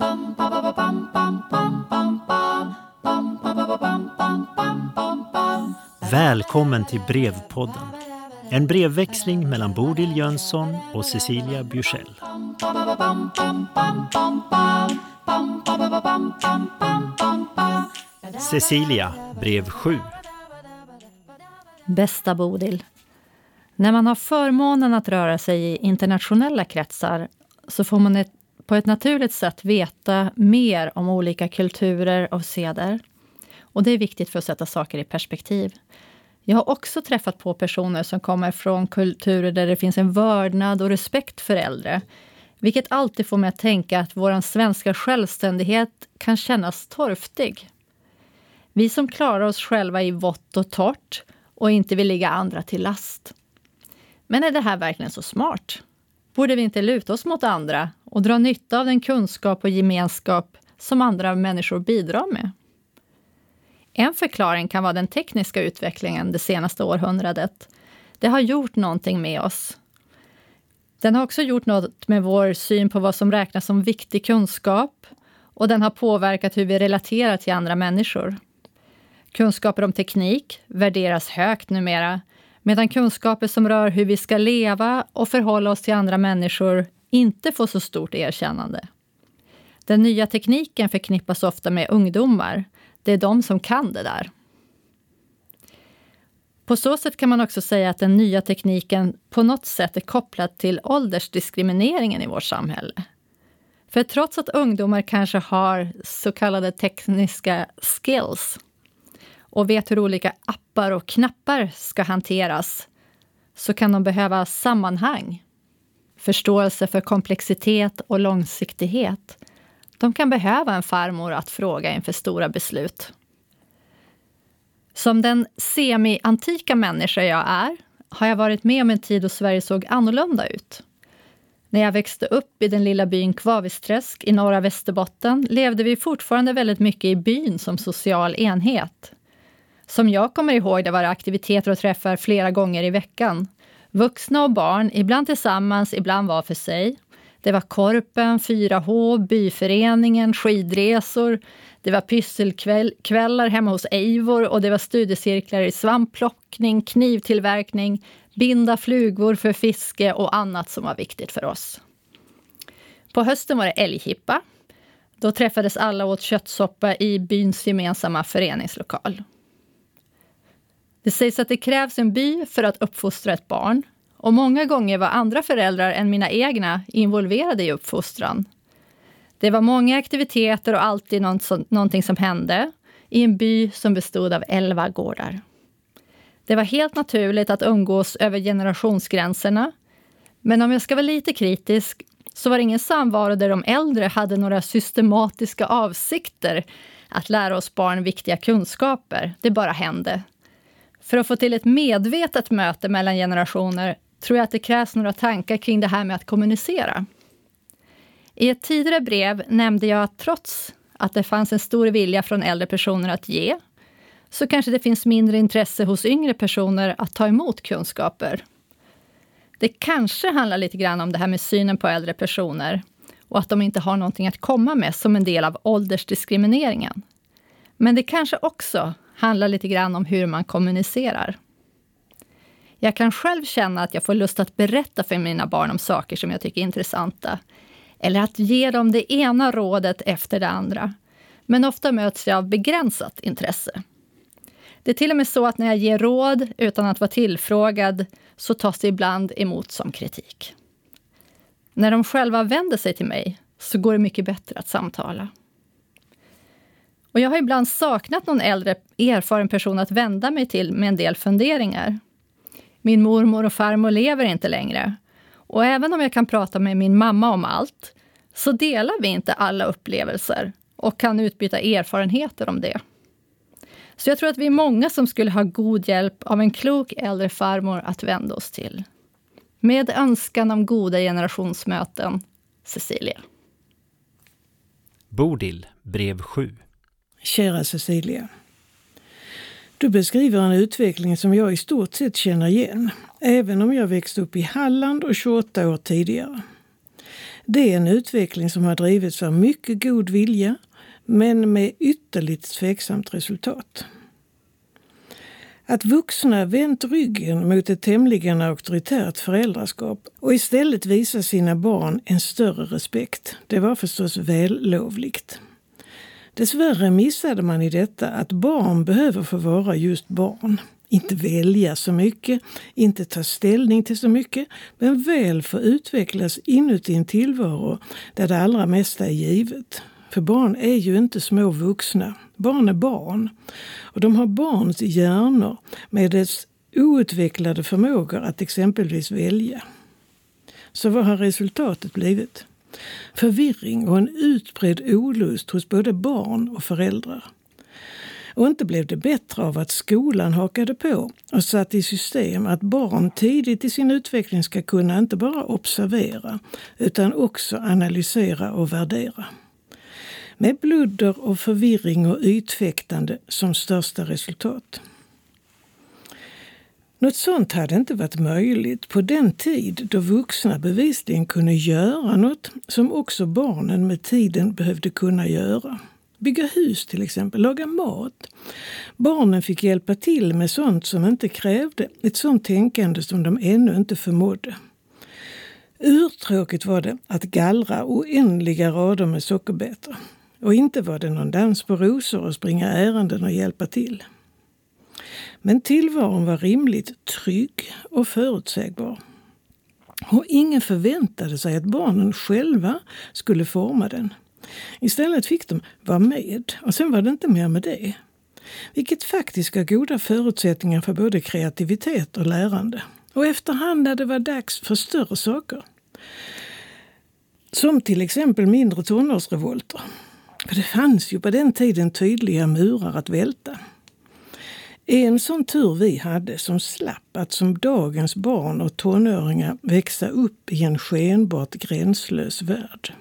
Välkommen till Brevpodden. En brevväxling mellan Bodil Jönsson och Cecilia Bjursell. Cecilia, brev 7. Bästa Bodil. När man har förmånen att röra sig i internationella kretsar så får man på ett naturligt sätt veta mer om olika kulturer och seder. Och det är viktigt för att sätta saker i perspektiv. Jag har också träffat på personer som kommer från kulturer där det finns en vördnad och respekt för äldre. Vilket alltid får mig att tänka att vår svenska självständighet kan kännas torftig. Vi som klarar oss själva i vått och torrt och inte vill ligga andra till last. Men är det här verkligen så smart? Borde vi inte luta oss mot andra och dra nytta av den kunskap och gemenskap som andra människor bidrar med? En förklaring kan vara den tekniska utvecklingen det senaste århundradet. Det har gjort någonting med oss. Den har också gjort något med vår syn på vad som räknas som viktig kunskap och den har påverkat hur vi relaterar till andra människor. Kunskaper om teknik värderas högt numera, medan kunskaper som rör hur vi ska leva och förhålla oss till andra människor inte får så stort erkännande. Den nya tekniken förknippas ofta med ungdomar. Det är de som kan det där. På så sätt kan man också säga att den nya tekniken på något sätt är kopplad till åldersdiskrimineringen i vårt samhälle. För trots att ungdomar kanske har så kallade tekniska skills och vet hur olika appar och knappar ska hanteras så kan de behöva sammanhang, förståelse för komplexitet och långsiktighet. De kan behöva en farmor att fråga inför stora beslut. Som den semi-antika människa jag är har jag varit med om en tid då Sverige såg annorlunda ut. När jag växte upp i den lilla byn Kvavisträsk i norra Västerbotten levde vi fortfarande väldigt mycket i byn som social enhet. Som jag kommer ihåg det var det aktiviteter och träffar flera gånger i veckan. Vuxna och barn, ibland tillsammans, ibland var för sig. Det var korpen, 4H, byföreningen, skidresor. Det var pysselkvällar hemma hos Eivor och det var studiecirklar i svampplockning, knivtillverkning, binda flugor för fiske och annat som var viktigt för oss. På hösten var det älghippa. Då träffades alla åt köttsoppa i byns gemensamma föreningslokal. Det sägs att det krävs en by för att uppfostra ett barn. Och många gånger var andra föräldrar än mina egna involverade i uppfostran. Det var många aktiviteter och alltid någonting som hände i en by som bestod av 11 gårdar. Det var helt naturligt att umgås över generationsgränserna. Men om jag ska vara lite kritisk så var det ingen samvaro där de äldre hade några systematiska avsikter att lära oss barn viktiga kunskaper. Det bara hände. För att få till ett medvetet möte mellan generationer tror jag att det krävs några tankar kring det här med att kommunicera. I ett tidigare brev nämnde jag att trots att det fanns en stor vilja från äldre personer att ge, så kanske det finns mindre intresse hos yngre personer att ta emot kunskaper. Det kanske handlar lite grann om det här med synen på äldre personer och att de inte har någonting att komma med som en del av åldersdiskrimineringen. Men det kanske också handlar lite grann om hur man kommunicerar. Jag kan själv känna att jag får lust att berätta för mina barn om saker som jag tycker är intressanta. Eller att ge dem det ena rådet efter det andra. Men ofta möts jag av begränsat intresse. Det är till och med så att när jag ger råd utan att vara tillfrågad så tas det ibland emot som kritik. När de själva vänder sig till mig så går det mycket bättre att samtala. Och jag har ibland saknat någon äldre erfaren person att vända mig till med en del funderingar. Min mormor och farmor lever inte längre. Och även om jag kan prata med min mamma om allt så delar vi inte alla upplevelser och kan utbyta erfarenheter om det. Så jag tror att vi är många som skulle ha god hjälp av en klok äldre farmor att vända oss till. Med önskan om goda generationsmöten, Cecilia. Bodil, brev 7. Kära Cecilia. Du beskriver en utveckling som jag i stort sett känner igen, även om jag växte upp i Halland och 28 år tidigare. Det är en utveckling som har drivits av mycket god vilja, men med ytterligt tveksamt resultat. Att vuxna vänt ryggen mot ett tämligen auktoritärt föräldraskap och istället visar sina barn en större respekt, det var förstås vällovligt. Dessvärre missade man i detta att barn behöver få vara just barn. Inte välja så mycket, inte ta ställning till så mycket, men väl få utvecklas inuti en tillvaro där det allra mesta är givet. För barn är ju inte små vuxna. Barn är barn. Och de har barns hjärnor med dess outvecklade förmågor att exempelvis välja. Så vad har resultatet blivit? Förvirring och en utbredd olust hos både barn och föräldrar. Och inte blev det bättre av att skolan hakade på och satt i system att barn tidigt i sin utveckling ska kunna inte bara observera utan också analysera och värdera. Med bludder och förvirring och ytfäktande som största resultat. Något sånt hade inte varit möjligt på den tid då vuxna bevisligen kunde göra något som också barnen med tiden behövde kunna göra. Bygga hus till exempel, laga mat. Barnen fick hjälpa till med sånt som inte krävde ett sånt tänkande som de ännu inte förmådde. Urtråkigt var det att gallra oändliga rader med sockerbetor. Och inte var det någon dans på rosor och springa ärenden och hjälpa till. Men tillvaron var rimligt trygg och förutsägbar. Och ingen förväntade sig att barnen själva skulle forma den. Istället fick de vara med och sen var det inte mer med det. Vilket faktiskt gav goda förutsättningar för både kreativitet och lärande. Och efterhand när det var dags för större saker. Som till exempel mindre tonårsrevolter. För det fanns ju på den tiden tydliga murar att välta. En sån tur vi hade som slapp att som dagens barn och tonåringar växa upp i en skenbart gränslös värld.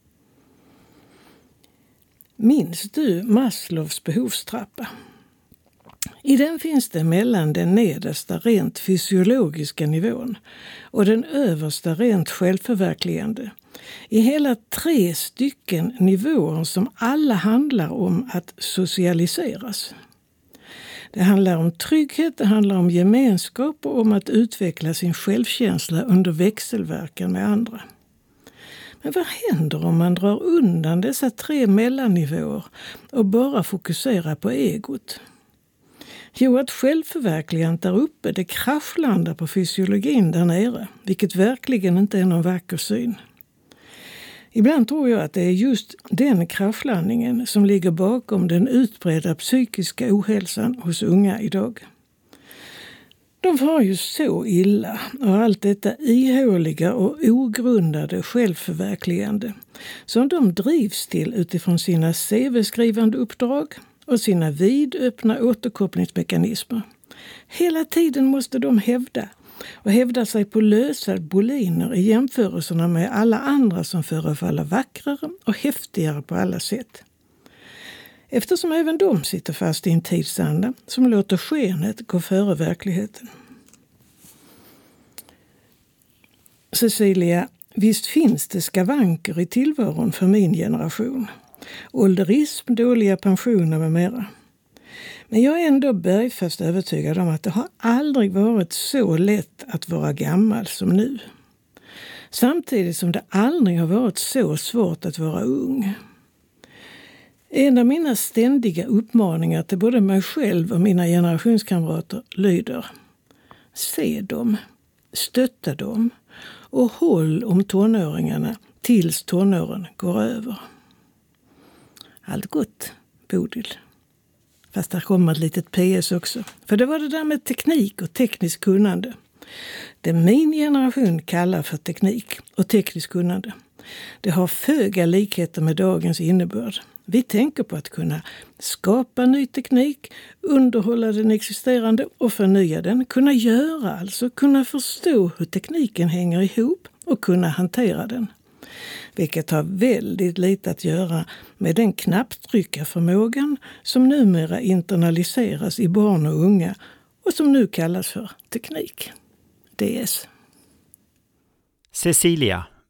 Minns du Maslows behovstrappa? I den finns det mellan den nedersta rent fysiologiska nivån och den översta rent självförverkligande. I hela 3 stycken nivåer som alla handlar om att socialiseras. Det handlar om trygghet, det handlar om gemenskap och om att utveckla sin självkänsla under växelverkan med andra. Men vad händer om man drar undan dessa 3 mellannivåer och bara fokuserar på egot? Jo, att självförverkligandet där uppe, det kraschlandar på fysiologin där nere, vilket verkligen inte är någon vacker syn. Ibland tror jag att det är just den kraschlandningen som ligger bakom den utbredda psykiska ohälsan hos unga idag. De var ju så illa och allt detta ihåliga och ogrundade självförverkligande som de drivs till utifrån sina CV-skrivande uppdrag och sina vidöppna återkopplingsmekanismer. Hela tiden måste de hävda sig på lösa boliner i jämförelserna med alla andra som förefaller vackrare och häftigare på alla sätt. Eftersom även de sitter fast i en tidsanda som låter skenet gå före verkligheten. Cecilia, visst finns det skavanker i tillvaron för min generation. Ålderism, dåliga pensioner med mera. Men jag är ändå bergfast övertygad om att det har aldrig varit så lätt att vara gammal som nu. Samtidigt som det aldrig har varit så svårt att vara ung. En av mina ständiga uppmaningar till både mig själv och mina generationskamrater lyder: se dem, stötta dem och håll om tonåringarna tills tonåren går över. Allt gott, Bodil. Fast där kommer ett litet PS också. För det var det där med teknik och tekniskt kunnande. Det min generation kallar för teknik och tekniskt kunnande. Det har föga likheter med dagens innebörd. Vi tänker på att kunna skapa ny teknik, underhålla den existerande och förnya den. Kunna förstå hur tekniken hänger ihop och kunna hantera den. Vilket har väldigt lite att göra med den knapptryckarförmågan som numera internaliseras i barn och unga och som nu kallas för teknik. DS. Cecilia,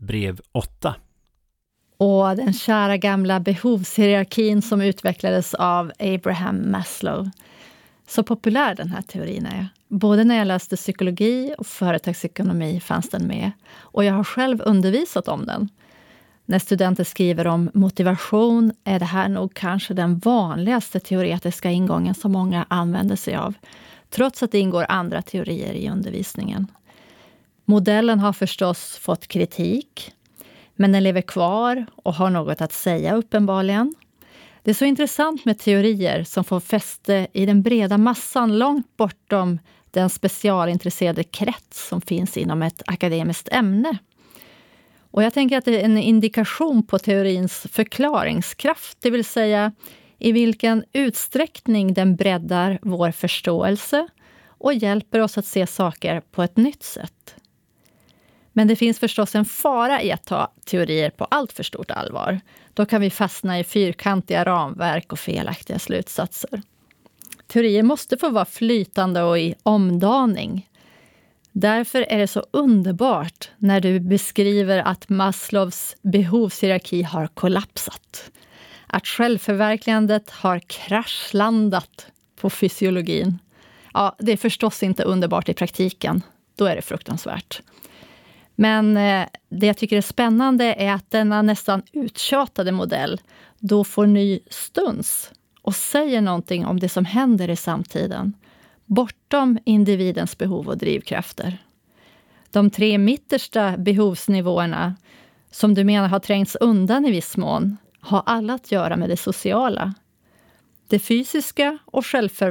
brev 8. Och den kära gamla behovshierarkin som utvecklades av Abraham Maslow. Så populär den här teorin är. Både när jag läste psykologi och företagsekonomi fanns den med. Och jag har själv undervisat om den. När studenter skriver om motivation är det här nog kanske den vanligaste teoretiska ingången som många använder sig av. Trots att det ingår andra teorier i undervisningen. Modellen har förstås fått kritik. Men den lever kvar och har något att säga uppenbarligen. Det är så intressant med teorier som får fäste i den breda massan långt bortom den specialintresserade krets som finns inom ett akademiskt ämne. Och jag tänker att det är en indikation på teorins förklaringskraft, det vill säga i vilken utsträckning den breddar vår förståelse och hjälper oss att se saker på ett nytt sätt. Men det finns förstås en fara i att ta teorier på allt för stort allvar. Då kan vi fastna i fyrkantiga ramverk och felaktiga slutsatser. Teorier måste få vara flytande och i omdaning. Därför är det så underbart när du beskriver att Maslows behovshierarki har kollapsat. Att självförverkligandet har kraschlandat på fysiologin. Ja, det är förstås inte underbart i praktiken. Då är det fruktansvärt. Men det jag tycker är spännande är att denna nästan uttjatade modell då får ny stuns och säger någonting om det som händer i samtiden, bortom individens behov och drivkrafter. De 3 mittersta behovsnivåerna, som du menar har trängts undan i viss mån, har alla att göra med det sociala. Det fysiska och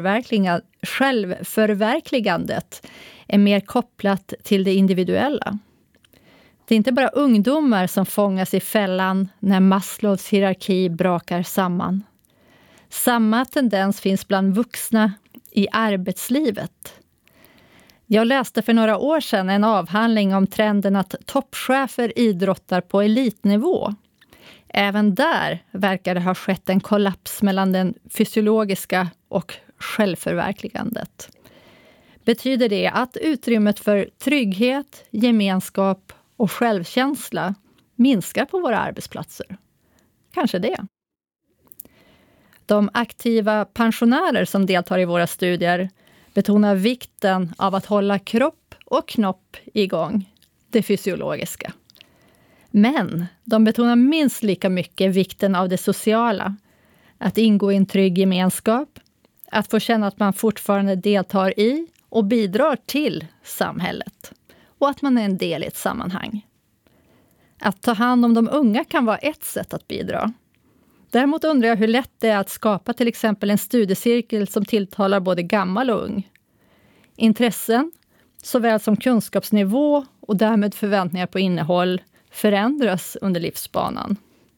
självförverkligandet är mer kopplat till det individuella. Det är inte bara ungdomar som fångas i fällan när Maslows hierarki brakar samman. Samma tendens finns bland vuxna i arbetslivet. Jag läste för några år sedan en avhandling om trenden att toppchefer idrottar på elitnivå. Även där verkar det ha skett en kollaps mellan den fysiologiska och självförverkligandet. Betyder det att utrymmet för trygghet, gemenskap och självkänsla minskar på våra arbetsplatser? Kanske det. De aktiva pensionärer som deltar i våra studier betonar vikten av att hålla kropp och knopp igång, det fysiologiska. Men de betonar minst lika mycket vikten av det sociala, att ingå i en trygg gemenskap, att få känna att man fortfarande deltar i och bidrar till samhället och att man är en del i ett sammanhang. Att ta hand om de unga kan vara ett sätt att bidra. Däremot undrar jag hur lätt det är att skapa till exempel en studiecirkel som tilltalar både gammal och ung. Intressen, såväl som kunskapsnivå och därmed förväntningar på innehåll, förändras under livsbanan.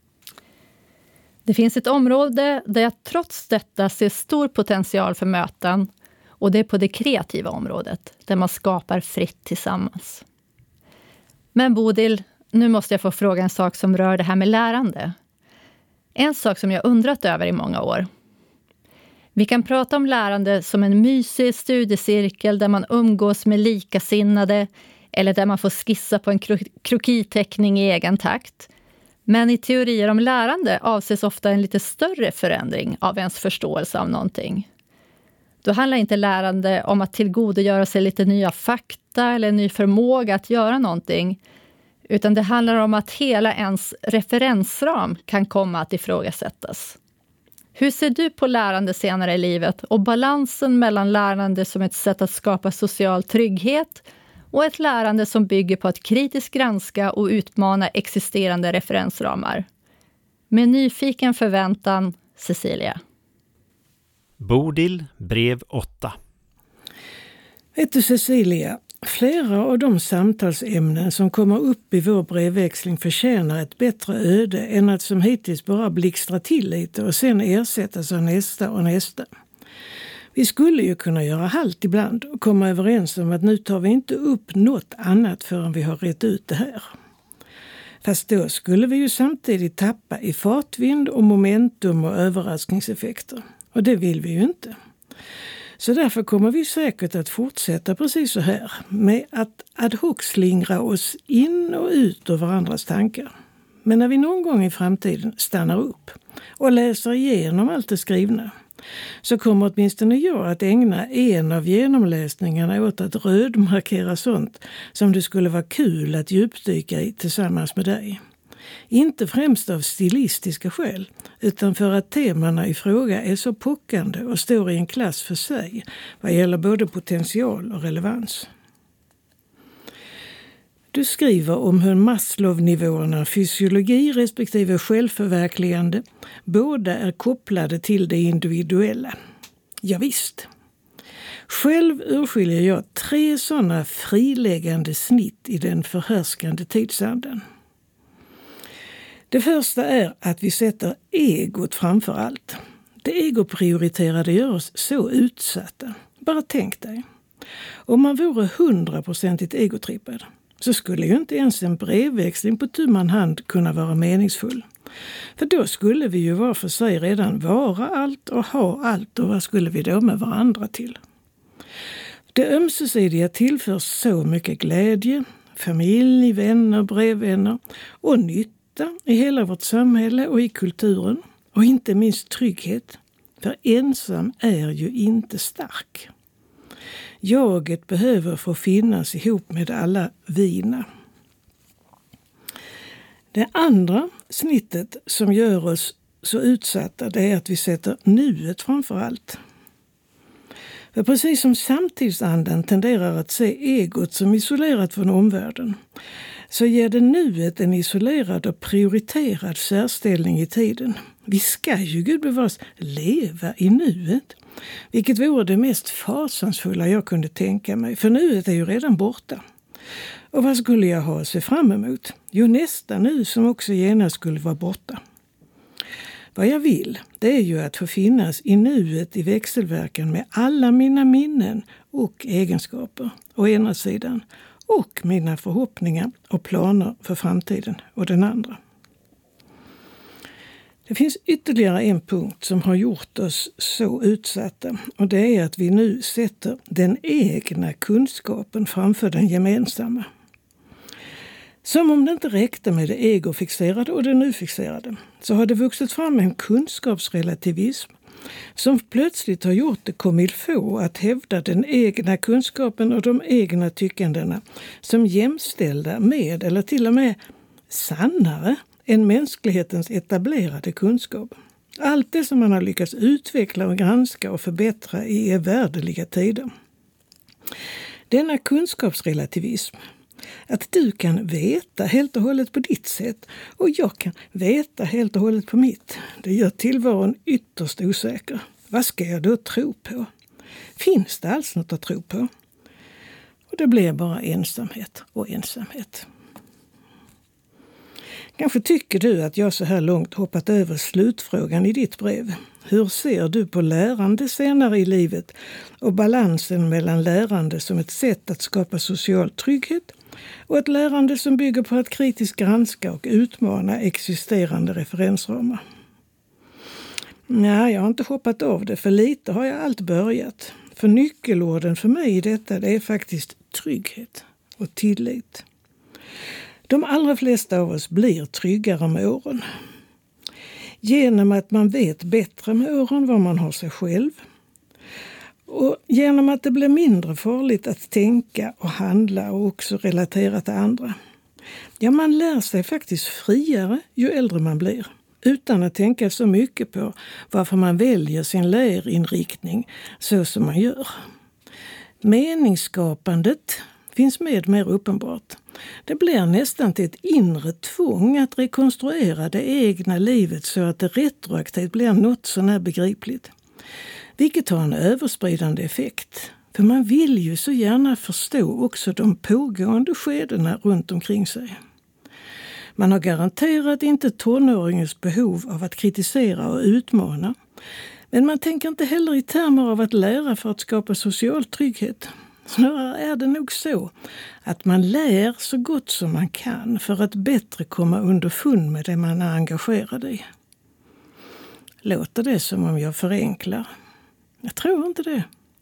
Det finns ett område där jag trots detta ser stor potential för möten, och det är på det kreativa området, där man skapar fritt tillsammans. Men Bodil, nu måste jag få fråga en sak som rör det här med lärande. En sak som jag undrat över i många år. Vi kan prata om lärande som en mysig studiecirkel där man umgås med likasinnade eller där man får skissa på en krokiteckning i egen takt. Men i teorier om lärande avses ofta en lite större förändring av ens förståelse av någonting. Då handlar inte lärande om att tillgodogöra sig lite nya fakta eller en ny förmåga att göra någonting, utan det handlar om att hela ens referensram kan komma att ifrågasättas. Hur ser du på lärande senare i livet och balansen mellan lärande som ett sätt att skapa social trygghet och ett lärande som bygger på att kritiskt granska och utmana existerande referensramar? Med nyfiken förväntan, Cecilia. Bodil, brev 8. Vet du Cecilia, flera av de samtalsämnen som kommer upp i vår brevväxling förtjänar ett bättre öde än att som hittills bara blixtra till lite och sen ersättas av nästa och nästa. Vi skulle ju kunna göra halt ibland och komma överens om att nu tar vi inte upp något annat förrän vi har rett ut det här. Fast då skulle vi ju samtidigt tappa i fartvind och momentum och överraskningseffekter. Och det vill vi ju inte. Så därför kommer vi säkert att fortsätta precis så här, med att ad hoc slingra oss in och ut ur varandras tankar. Men när vi någon gång i framtiden stannar upp och läser igenom allt det skrivna, så kommer åtminstone jag att ägna en av genomläsningarna åt att rödmarkera sånt som det skulle vara kul att djupdyka i tillsammans med dig. Inte främst av stilistiska skäl, utan för att temana i fråga är så pockande och står i en klass för sig vad gäller både potential och relevans. Du skriver om hur Maslow-nivåerna fysiologi respektive självförverkligande båda är kopplade till det individuella. Ja, visst. Själv urskiljer jag 3 sådana friläggande snitt i den förhärskande tidsandan. Det första är att vi sätter egot framför allt. Det egoprioriterade gör oss så utsatta. Bara tänk dig. Om man vore 100% egotrippad, så skulle ju inte ens en brevväxling på tu man hand kunna vara meningsfull. För då skulle vi ju var för sig redan vara allt och ha allt, och vad skulle vi då med varandra till? Det ömsesidiga tillför så mycket glädje, familj, vänner, brevvänner och nytta i hela vårt samhälle och i kulturen, och inte minst trygghet, för ensam är ju inte stark. Jaget behöver få finnas ihop med alla vina. Det andra snittet som gör oss så utsatta, det är att vi sätter nuet framför allt. För precis som samtidsandan tenderar att se egot som isolerat från omvärlden, så ger det nuet en isolerad och prioriterad särställning i tiden. Vi ska ju gudbevars leva i nuet, vilket vore det mest fasansfulla jag kunde tänka mig, för nuet är ju redan borta. Och vad skulle jag ha att se fram emot? Jo, nästa nu som också genast skulle vara borta. Vad jag vill, det är ju att få finnas i nuet i växelverkan med alla mina minnen och egenskaper å ena sidan, och mina förhoppningar och planer för framtiden och den andra. Det finns ytterligare en punkt som har gjort oss så utsatta, och det är att vi nu sätter den egna kunskapen framför den gemensamma. Som om det inte räckte med det egofixerade och det nu-fixerade, så har det vuxit fram en kunskapsrelativism som plötsligt har gjort det comilfå att hävda den egna kunskapen och de egna tyckandena som jämställda med, eller till och med sannare än mänsklighetens etablerade kunskap. Allt det som man har lyckats utveckla och granska och förbättra i evärdeliga tider. Denna kunskapsrelativism, att du kan veta helt och hållet på ditt sätt och jag kan veta helt och hållet på mitt, det gör tillvaron ytterst osäker. Vad ska jag då tro på? Finns det alls något att tro på? Och det blir bara ensamhet och ensamhet. Kanske tycker du att jag så här långt hoppat över slutfrågan i ditt brev. Hur ser du på lärande senare i livet och balansen mellan lärande som ett sätt att skapa social trygghet och ett lärande som bygger på att kritiskt granska och utmana existerande referensramar? Nej, jag har inte hoppat av det, för lite har jag allt börjat. För nyckelorden för mig i detta, det är faktiskt trygghet och tillit. De allra flesta av oss blir tryggare med åren. Genom att man vet bättre med åren vad man har sig själv. Och genom att det blir mindre farligt att tänka och handla och också relatera till andra. Ja, man lär sig faktiskt friare ju äldre man blir. Utan att tänka så mycket på varför man väljer sin lärinriktning så som man gör. Meningsskapandet finns med mer uppenbart. Det blir nästan till ett inre tvång att rekonstruera det egna livet så att det retroaktivt blir något så när begripligt. Vilket har en överspridande effekt. För man vill ju så gärna förstå också de pågående skedena runt omkring sig. Man har garanterat inte tonåringens behov av att kritisera och utmana. Men man tänker inte heller i termer av att lära för att skapa social trygghet. Snarare är det nog så att man lär så gott som man kan för att bättre komma underfund med det man är engagerad i. Låter det som om jag förenklar? Jag tror inte det.